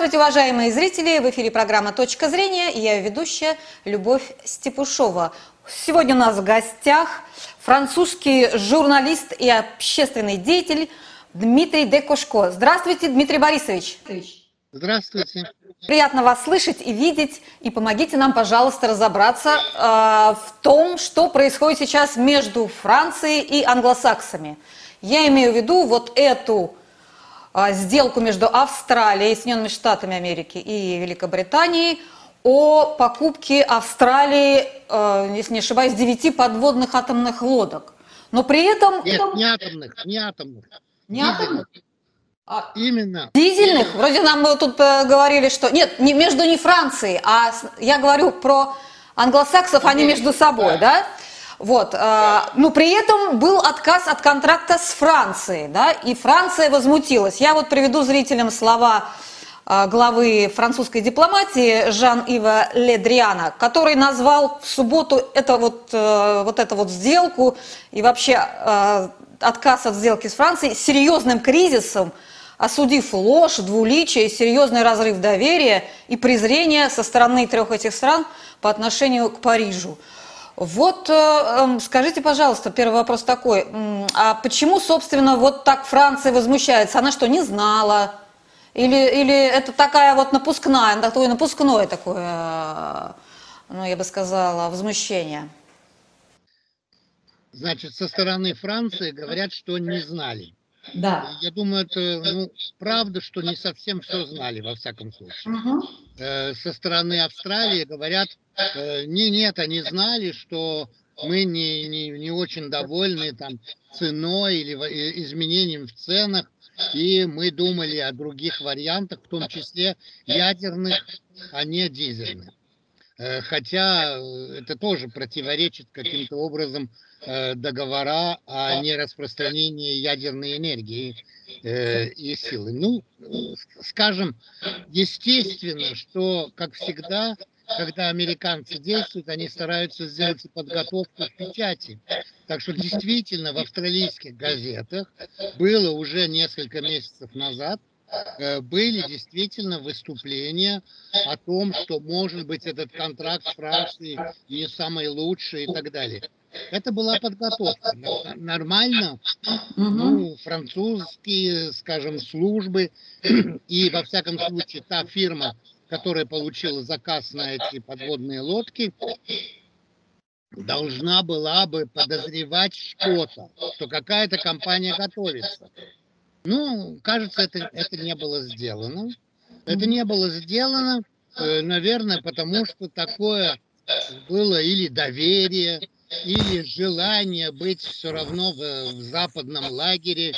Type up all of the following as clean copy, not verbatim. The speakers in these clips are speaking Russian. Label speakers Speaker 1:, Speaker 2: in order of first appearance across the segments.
Speaker 1: Здравствуйте, уважаемые зрители! В эфире программа «Точка зрения» и я ее ведущая Любовь Степушова. Сегодня у нас в гостях французский журналист и общественный деятель Дмитрий Декошко. Здравствуйте, Дмитрий Борисович!
Speaker 2: Здравствуйте!
Speaker 1: Приятно вас слышать и видеть. И помогите нам, пожалуйста, разобраться в том, что происходит сейчас между Францией и англосаксами. Я имею в виду вот эту сделку между Австралией, Соединенными Штатами Америки и Великобританией о покупке Австралии, если не ошибаюсь, 9 подводных атомных лодок. Но при этом...
Speaker 2: Нет, не атомных.
Speaker 1: Не атомных?
Speaker 2: Именно.
Speaker 1: Дизельных? Вроде нам тут говорили, что... Нет, между не Францией, а я говорю про англосаксов, они между собой, да? Вот, но при этом был отказ от контракта с Францией, да, и Франция возмутилась. Я вот приведу зрителям слова главы французской дипломатии Жан-Ива Ле Дриана, который назвал в субботу эту сделку и вообще отказ от сделки с Францией серьезным кризисом, осудив ложь, двуличие, серьезный разрыв доверия и презрения со стороны трех этих стран по отношению к Парижу. Вот скажите, пожалуйста, первый вопрос такой, а почему, собственно, вот так Франция возмущается? Она что, не знала? Или это такая вот напускное такое, ну, я бы сказала, возмущение?
Speaker 2: Значит, со стороны Франции говорят, что не знали.
Speaker 1: Да.
Speaker 2: Я думаю, это правда, что не совсем все знали, во всяком случае.
Speaker 1: Угу.
Speaker 2: Со стороны Австралии говорят, нет, они знали, что мы не очень довольны там ценой или изменением в ценах, и мы думали о других вариантах, в том числе ядерных, а не дизельных. Хотя это тоже противоречит каким-то образом договора о нераспространении ядерной энергии и силы. Ну, скажем, естественно, что, как всегда, когда американцы действуют, они стараются сделать подготовку к печати. Так что действительно в австралийских газетах было уже несколько месяцев назад, были действительно выступления о том, что, может быть, этот контракт с Францией не самый лучший и так далее. Это была подготовка. Нормально, французские, скажем, службы и, во всяком случае, та фирма, которая получила заказ на эти подводные лодки, должна была бы подозревать что-то, что какая-то компания готовится. Ну, кажется, это не было сделано. Это не было сделано, наверное, потому что такое было или доверие, или желание быть все равно в западном лагере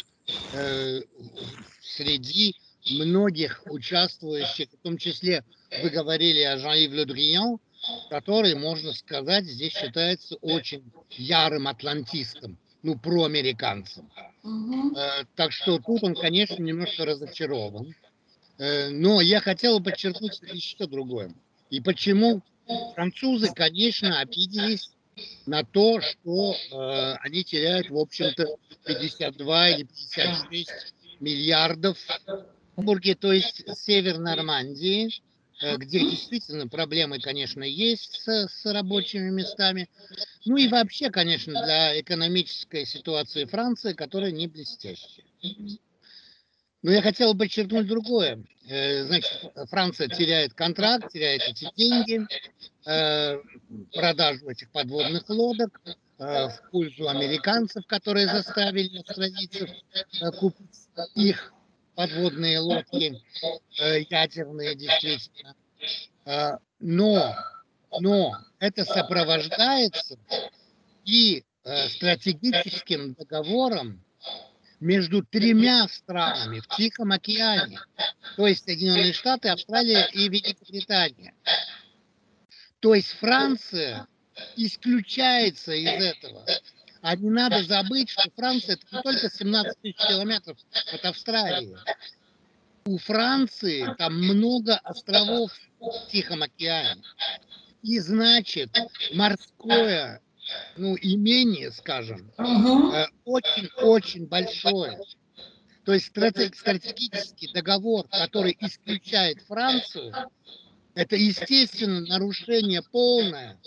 Speaker 2: среди многих участвующих, в том числе вы говорили о Жан-Ив Ле Дриан, который, можно сказать, здесь считается очень ярым атлантистом, проамериканцем. Так что тут он, конечно, немножко разочарован. Но я хотел подчеркнуть еще другое. И почему французы, конечно, обиделись на то, что они теряют, в общем-то, 52 или 56 миллиардов в Бурге, то есть север Нормандии, где действительно проблемы, конечно, есть с рабочими местами. Ну и вообще, конечно, для экономической ситуации Франции, которая не блестящая. Но я хотел бы подчеркнуть другое. Значит, Франция теряет контракт, теряет эти деньги, продажу этих подводных лодок в пользу американцев, которые заставили австралийцев купить их подводные лодки, ядерные действительно. Но это сопровождается и стратегическим договором между тремя странами в Тихом океане, то есть Соединенные Штаты, Австралия и Великобритания. То есть Франция исключается из этого. А не надо забыть, что Франция это не только 17 тысяч километров от Австралии. У Франции там много островов в Тихом океане. И значит, морское, имение, скажем, очень-очень большое. То есть стратегический договор, который исключает Францию, это, естественно, нарушение полное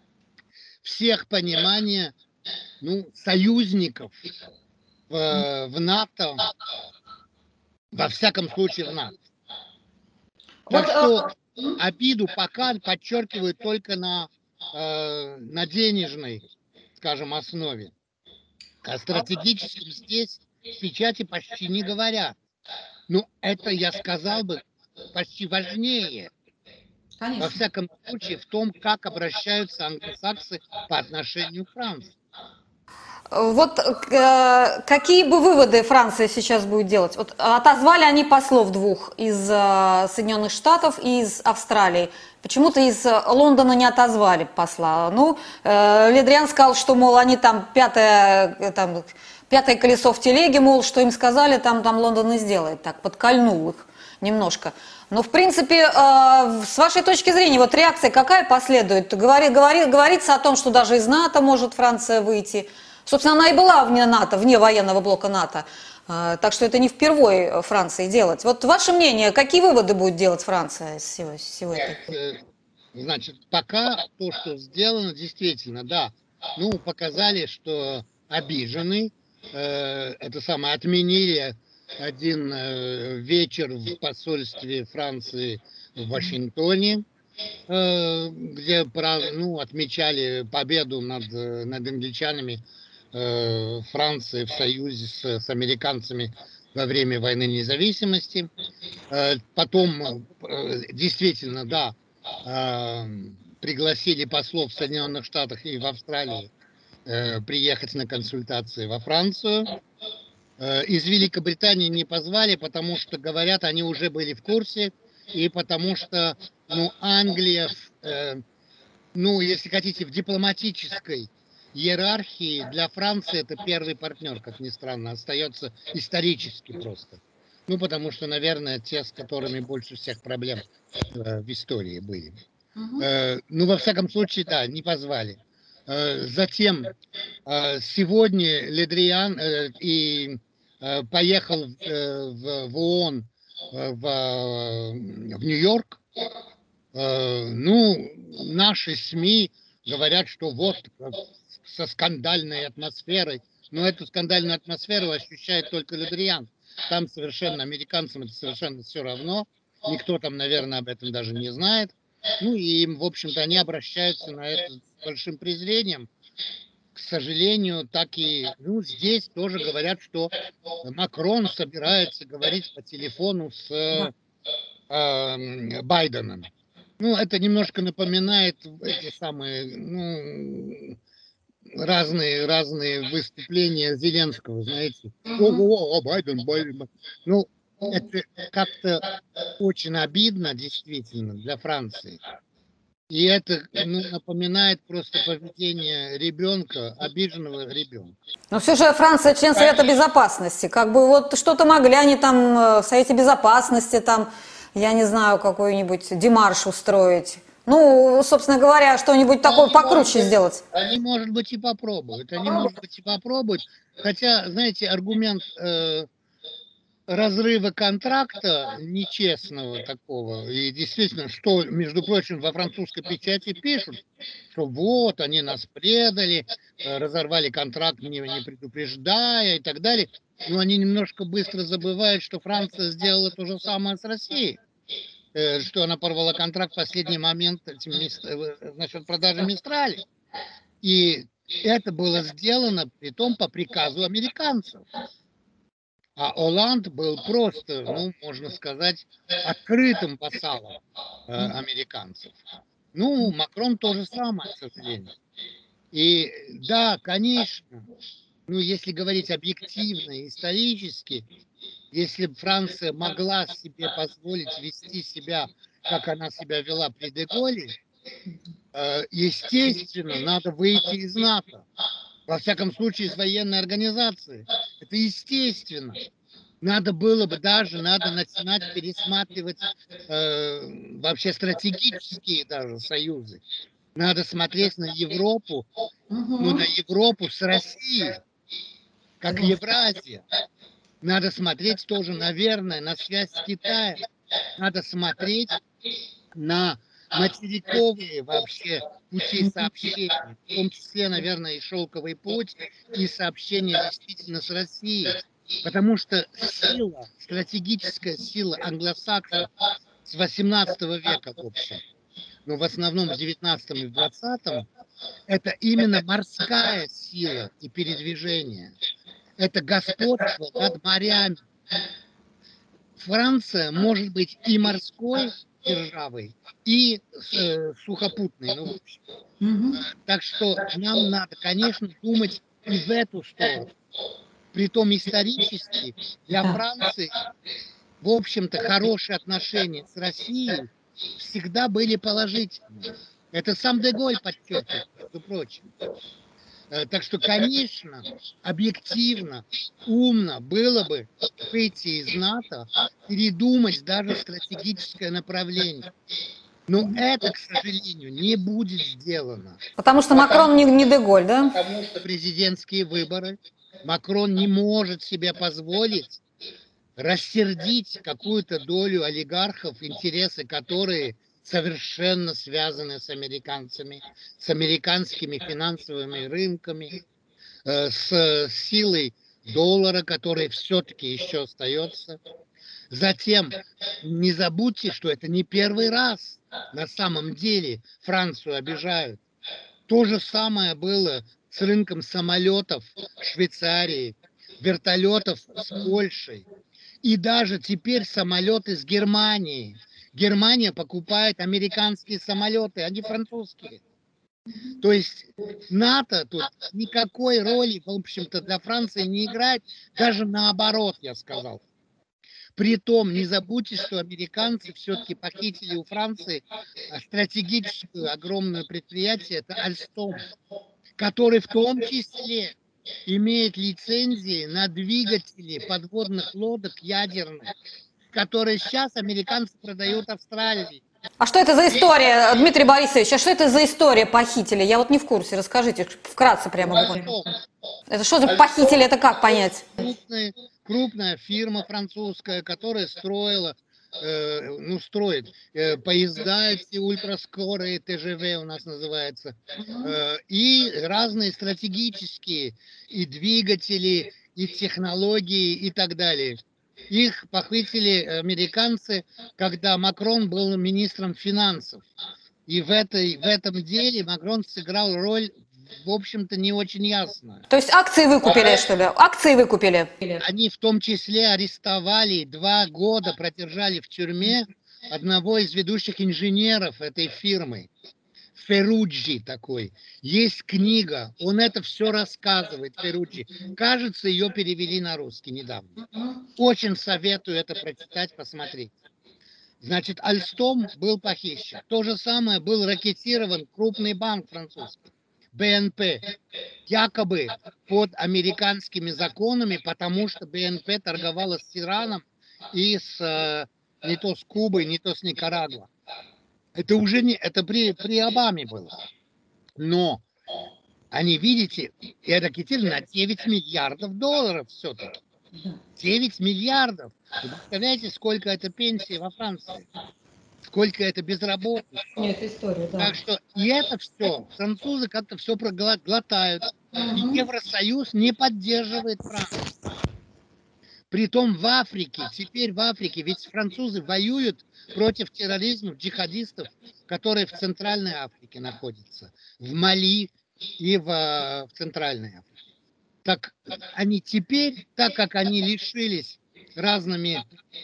Speaker 2: всех понимания, ну, союзников в НАТО, во всяком случае в НАТО. Так что обиду пока подчеркивают только на денежной, скажем, основе. О стратегическом здесь в печати почти не говорят. Ну, это, я сказал бы, почти важнее. Конечно. Во всяком случае, в том, как обращаются англосаксы по отношению к Франции.
Speaker 1: Вот какие бы выводы Франция сейчас будет делать? Вот отозвали они послов двух из Соединенных Штатов и из Австралии. Почему-то из Лондона не отозвали посла. Ну, Ле Дриан сказал, что, мол, они там пятое колесо в телеге, мол, что им сказали, там Лондон и сделает. Так, подкольнул их немножко. Но, в принципе, с вашей точки зрения, вот реакция какая последует? Говорится о том, что даже из НАТО может Франция выйти. Собственно, она и была вне НАТО, вне военного блока НАТО. Так что это не впервой Франции делать. Вот ваше мнение, какие выводы будет делать Франция с всего этого?
Speaker 2: Значит, пока то, что сделано, действительно, да. Ну, показали, что обижены. Это самое, отменили один вечер в посольстве Франции в Вашингтоне, где отмечали победу над англичанами Франции в союзе с американцами во время войны независимости. Потом, действительно, да, пригласили послов в Соединенных Штатах и в Австралии приехать на консультации во Францию. Из Великобритании не позвали, потому что, говорят, они уже были в курсе, и потому что, Англия, если хотите, в дипломатической иерархии для Франции это первый партнер, как ни странно, остается исторически просто. Потому что, наверное, те, с которыми больше всех проблем в истории были. Во всяком случае, да, не позвали. Затем сегодня Ле Дриан поехал в ООН в Нью-Йорк. Наши СМИ говорят, что вот со скандальной атмосферой. Но эту скандальную атмосферу ощущает только Ле Дриан. Там совершенно, американцам это совершенно все равно. Никто там, наверное, об этом даже не знает. И им, в общем-то, они обращаются на это с большим презрением. К сожалению, так и здесь тоже говорят, что Макрон собирается говорить по телефону с Байденом. Это немножко напоминает эти самые, разные выступления Зеленского, знаете. Байден. Это как-то очень обидно, действительно, для Франции. И это напоминает просто поведение ребенка, обиженного ребенка.
Speaker 1: Но все же Франция член Совета Безопасности. Как бы вот что-то могли они там в Совете Безопасности, там, я не знаю, какой-нибудь демарш устроить. Собственно говоря, что-нибудь такое покруче сделать.
Speaker 2: Они, может быть, и попробуют. Хотя, знаете, аргумент разрыва контракта нечестного такого, и действительно, что, между прочим, во французской печати пишут, что вот, они нас предали, разорвали контракт, не предупреждая и так далее, но они немножко быстро забывают, что Франция сделала то же самое с Россией, что она порвала контракт в последний момент насчет продажи Мистрали. И это было сделано, притом, по приказу американцев. А Олланд был просто, можно сказать, открытым вассалом американцев. Макрон то же самое, к сожалению. И да, конечно, если говорить объективно и исторически, если бы Франция могла себе позволить вести себя, как она себя вела при Де-Голле, естественно, надо выйти из НАТО. Во всяком случае, из военной организации. Это естественно. Надо было бы надо начинать пересматривать вообще стратегические даже союзы. Надо смотреть на Европу, на Европу с Россией, как Евразия. Надо смотреть тоже, наверное, на связь с Китаем. Надо смотреть на материковые вообще пути сообщения, в том числе, наверное, и шелковый путь, и сообщения действительно с Россией. Потому что сила, стратегическая сила англосаксов с 18 века, в общем, но в основном в 19 и в 20, это именно морская сила и передвижение. Это господство над морями. Франция может быть и морской державой, и сухопутной. Ну, в общем. Так что нам надо, конечно, думать и в эту сторону. Притом исторически для Франции, в общем-то, хорошие отношения с Россией всегда были положительными. Это сам Де-Голь подчеркивает, между прочим. Так что, конечно, объективно, умно было бы выйти из НАТО, передумать даже стратегическое направление. Но это, к сожалению, не будет сделано.
Speaker 1: Потому что Макрон не Де-Голь, да?
Speaker 2: Потому что президентские выборы. Макрон не может себе позволить рассердить какую-то долю олигархов, интересы которые совершенно связаны с американцами, с американскими финансовыми рынками, с силой доллара, который все-таки еще остается. Затем не забудьте, что это не первый раз на самом деле Францию обижают. То же самое было с рынком самолетов Швейцарии, вертолетов с Польшей. И даже теперь самолеты с Германии. Германия покупает американские самолеты, а не французские. То есть НАТО тут никакой роли, в общем-то, для Франции не играет. Даже наоборот, я сказал. Притом, не забудьте, что американцы все-таки похитили у Франции стратегическое огромное предприятие, это Альстом, который в том числе имеет лицензии на двигатели подводных лодок ядерных, которые сейчас американцы продают Австралии.
Speaker 1: А что это за история, Дмитрий Борисович? А что это за история похитили? Я вот не в курсе. Расскажите вкратце прямо. Это что за похитили? Это как понять?
Speaker 2: Крупная фирма французская, которая строила, строит поезда эти ультраскорые, ТЖВ у нас называется, и разные стратегические и двигатели, и технологии и так далее. Их похитили американцы, когда Макрон был министром финансов. И в этом деле Макрон сыграл роль, в общем-то, не очень ясную.
Speaker 1: То есть акции выкупили, что ли? Акции выкупили?
Speaker 2: Они в том числе арестовали, 2 года продержали в тюрьме одного из ведущих инженеров этой фирмы. Ферруджи такой. Есть книга, он это все рассказывает, Ферруджи. Кажется, ее перевели на русский недавно. Очень советую это прочитать, посмотреть. Значит, Альстом был похищен. То же самое был ракетирован крупный банк французский, БНП, якобы под американскими законами, потому что БНП торговала с Ираном и не то с Кубой, не то с Никарагуа. Это уже не, это при Обаме было. Но они, видите, ракетировали на 9 миллиардов долларов все-таки. 9 миллиардов. Вы представляете, сколько это пенсии во Франции? Сколько это безработных?
Speaker 1: Нет, история, да.
Speaker 2: Так что и это все, французы как-то все проглотают. И Евросоюз не поддерживает Францию. Притом в Африке, теперь в Африке, ведь французы воюют против терроризма, джихадистов, которые в Центральной Африке находятся, в Мали и в Центральной Африке. Так они теперь, так как они лишились разными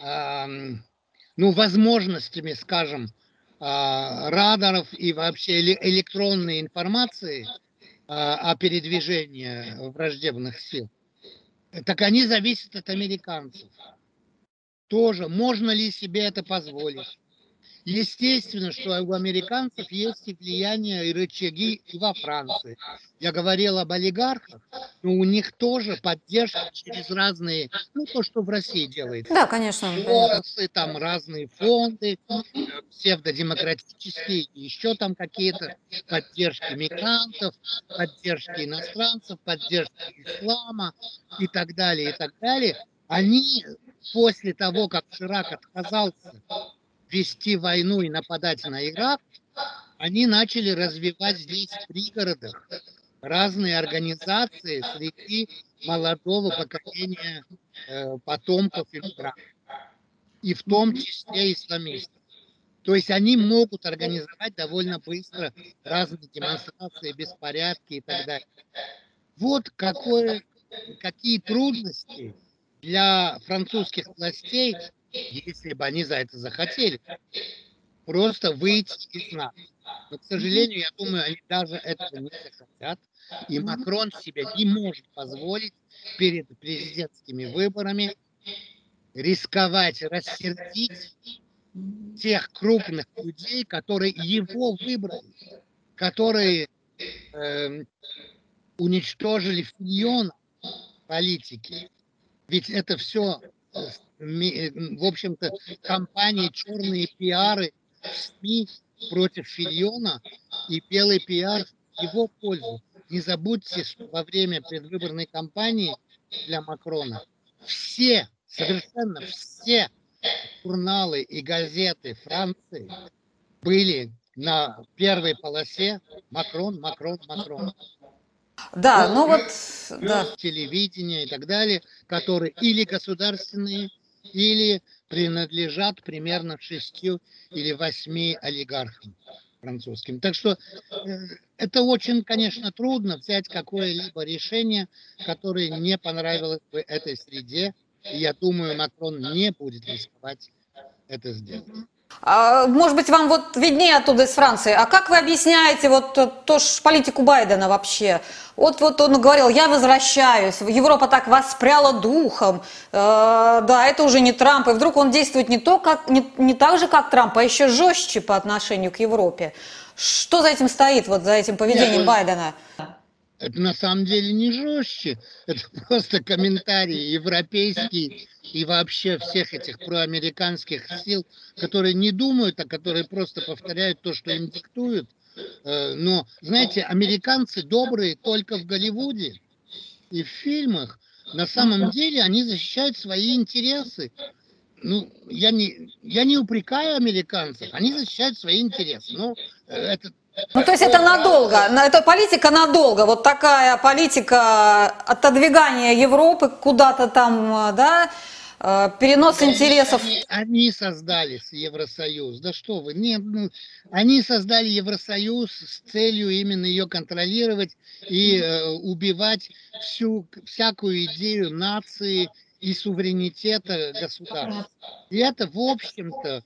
Speaker 2: возможностями, скажем, радаров и вообще электронной информации о передвижении враждебных сил, так они зависят от американцев. Тоже можно ли себе это позволить? Естественно, что у американцев есть и влияние, и рычаги и во Франции. Я говорил об олигархах, но у них тоже поддержка через разные, то, что в России делает.
Speaker 1: Да, конечно.
Speaker 2: Соросы, там разные фонды, псевдодемократические, еще там какие-то поддержки мигрантов, поддержки иностранцев, поддержки ислама и так далее, и так далее. Они после того, как Ширак отказался вести войну и нападать на Ирак, они начали развивать здесь в пригородах разные организации среди молодого поколения потомков иммигрантов, и в том числе исламистов. То есть они могут организовать довольно быстро разные демонстрации, беспорядки и так далее. Вот какие трудности для французских властей, если бы они за это захотели, просто выйти из НАТО. Но, к сожалению, я думаю, они даже этого не захотят. И Макрон себе не может позволить перед президентскими выборами рисковать, рассердить тех крупных людей, которые его выбрали, которые уничтожили Фийона политики. Ведь это все, в общем-то, кампании, черные пиары в СМИ против Фийона и белый пиар в его пользу. Не забудьте, что во время предвыборной кампании для Макрона совершенно все журналы и газеты Франции были на первой полосе Макрон, Макрон, Макрон.
Speaker 1: Да, ну вот, да.
Speaker 2: Телевидение и так далее, которые или государственные, или принадлежат примерно 6 или 8 олигархам французским. Так что это очень, конечно, трудно взять какое-либо решение, которое не понравилось бы этой среде. И я думаю, Макрон не будет рисковать это сделать.
Speaker 1: Может быть, вам вот виднее оттуда из Франции. А как вы объясняете вот политику Байдена вообще? Вот он говорил, я возвращаюсь, Европа так воспряла духом, да, это уже не Трамп, и вдруг он действует не так же, как Трамп, а еще жестче по отношению к Европе. Что за этим стоит, вот за этим поведением Байдена?
Speaker 2: Это на самом деле не жестче, это просто комментарии европейские и вообще всех этих проамериканских сил, которые не думают, а которые просто повторяют то, что им диктуют. Но, знаете, американцы добрые только в Голливуде и в фильмах. На самом деле они защищают свои интересы. Ну, я не упрекаю американцев, они защищают свои интересы. Ну,
Speaker 1: то есть это надолго, это политика надолго, вот такая политика отодвигания Европы куда-то там, да, перенос интересов.
Speaker 2: Они создали Евросоюз, да что вы, нет, они создали Евросоюз с целью именно ее контролировать и убивать всякую идею нации и суверенитета государства. И это, в общем-то,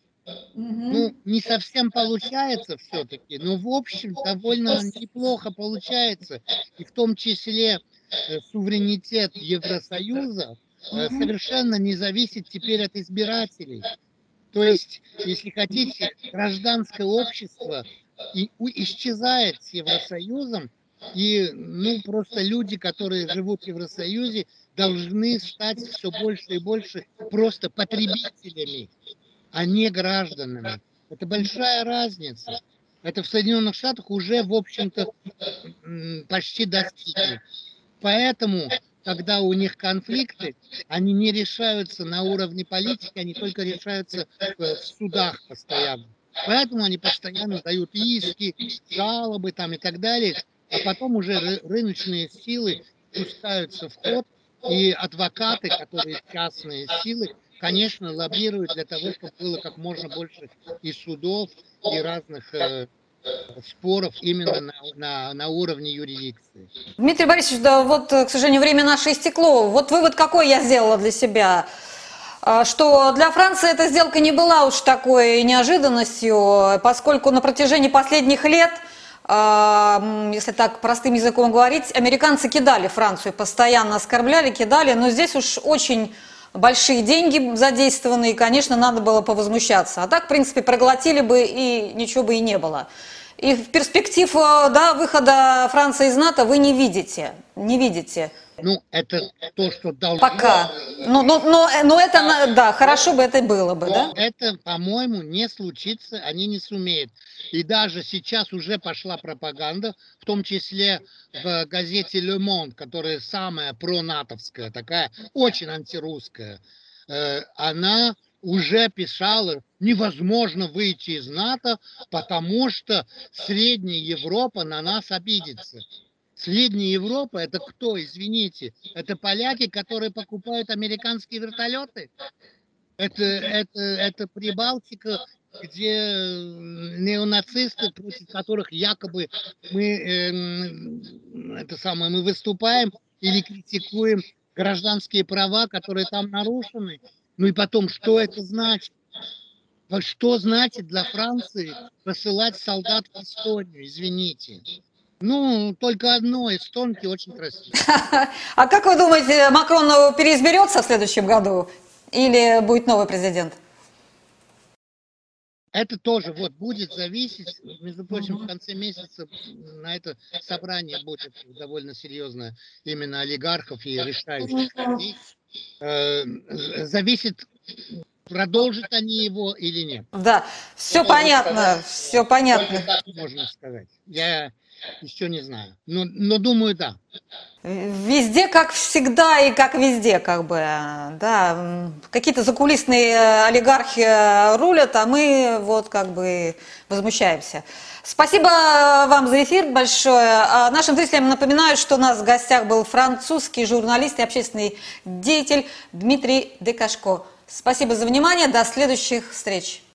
Speaker 2: не совсем получается все-таки, но в общем довольно неплохо получается. И в том числе суверенитет Евросоюза совершенно не зависит теперь от избирателей. То есть, если хотите, гражданское общество исчезает с Евросоюзом, и просто люди, которые живут в Евросоюзе, должны стать все больше и больше просто потребителями, а не гражданами. Это большая разница. Это в Соединенных Штатах уже, в общем-то, почти достигли. Поэтому, когда у них конфликты, они не решаются на уровне политики, они только решаются в судах постоянно. Поэтому они постоянно дают иски, жалобы там и так далее. А потом уже рыночные силы пускаются в ход, и адвокаты, которые частные силы, конечно, лоббируют для того, чтобы было как можно больше и судов, и разных споров именно на уровне юрисдикции.
Speaker 1: Дмитрий Борисович, да, вот, к сожалению, время наше истекло. Вот вывод какой я сделала для себя? Что для Франции эта сделка не была уж такой неожиданностью, поскольку на протяжении последних лет, если так простым языком говорить, американцы кидали Францию, постоянно оскорбляли, кидали, но здесь уж очень большие деньги задействованы, и, конечно, надо было повозмущаться. А так, в принципе, проглотили бы, и ничего бы и не было. И в перспектив выхода Франции из НАТО вы не видите.
Speaker 2: Ну, это то, что должно...
Speaker 1: Пока. Но это, да, хорошо бы это было бы, да?
Speaker 2: Это, по-моему, не случится, они не сумеют. И даже сейчас уже пошла пропаганда, в том числе в газете «Le Monde», которая самая пронатовская, такая очень антирусская. Она уже писала, невозможно выйти из НАТО, потому что Средняя Европа на нас обидится. Средняя Европа — это кто, извините? Это поляки, которые покупают американские вертолеты? Это Прибалтика, где неонацисты, против которых якобы мы выступаем или критикуем гражданские права, которые там нарушены. Ну и потом, что это значит? Что значит для Франции посылать солдат в Эстонию, извините? Ну, только одно, эстонки очень красивые.
Speaker 1: А как вы думаете, Макрон переизберется в следующем году или будет новый президент?
Speaker 2: Это тоже вот будет зависеть, между прочим, в конце месяца на это собрание будет довольно серьезное, именно олигархов и решающих людей. Зависит, продолжат они его или нет.
Speaker 1: Да, все понятно, все понятно.
Speaker 2: Так можно сказать. Я еще не знаю, но думаю, да.
Speaker 1: Везде, как всегда и как везде, как бы, да, какие-то закулисные олигархи рулят, а мы вот как бы возмущаемся. Спасибо вам за эфир большое. Нашим зрителям напоминаю, что у нас в гостях был французский журналист и общественный деятель Дмитрий Декашко. Спасибо за внимание, до следующих встреч.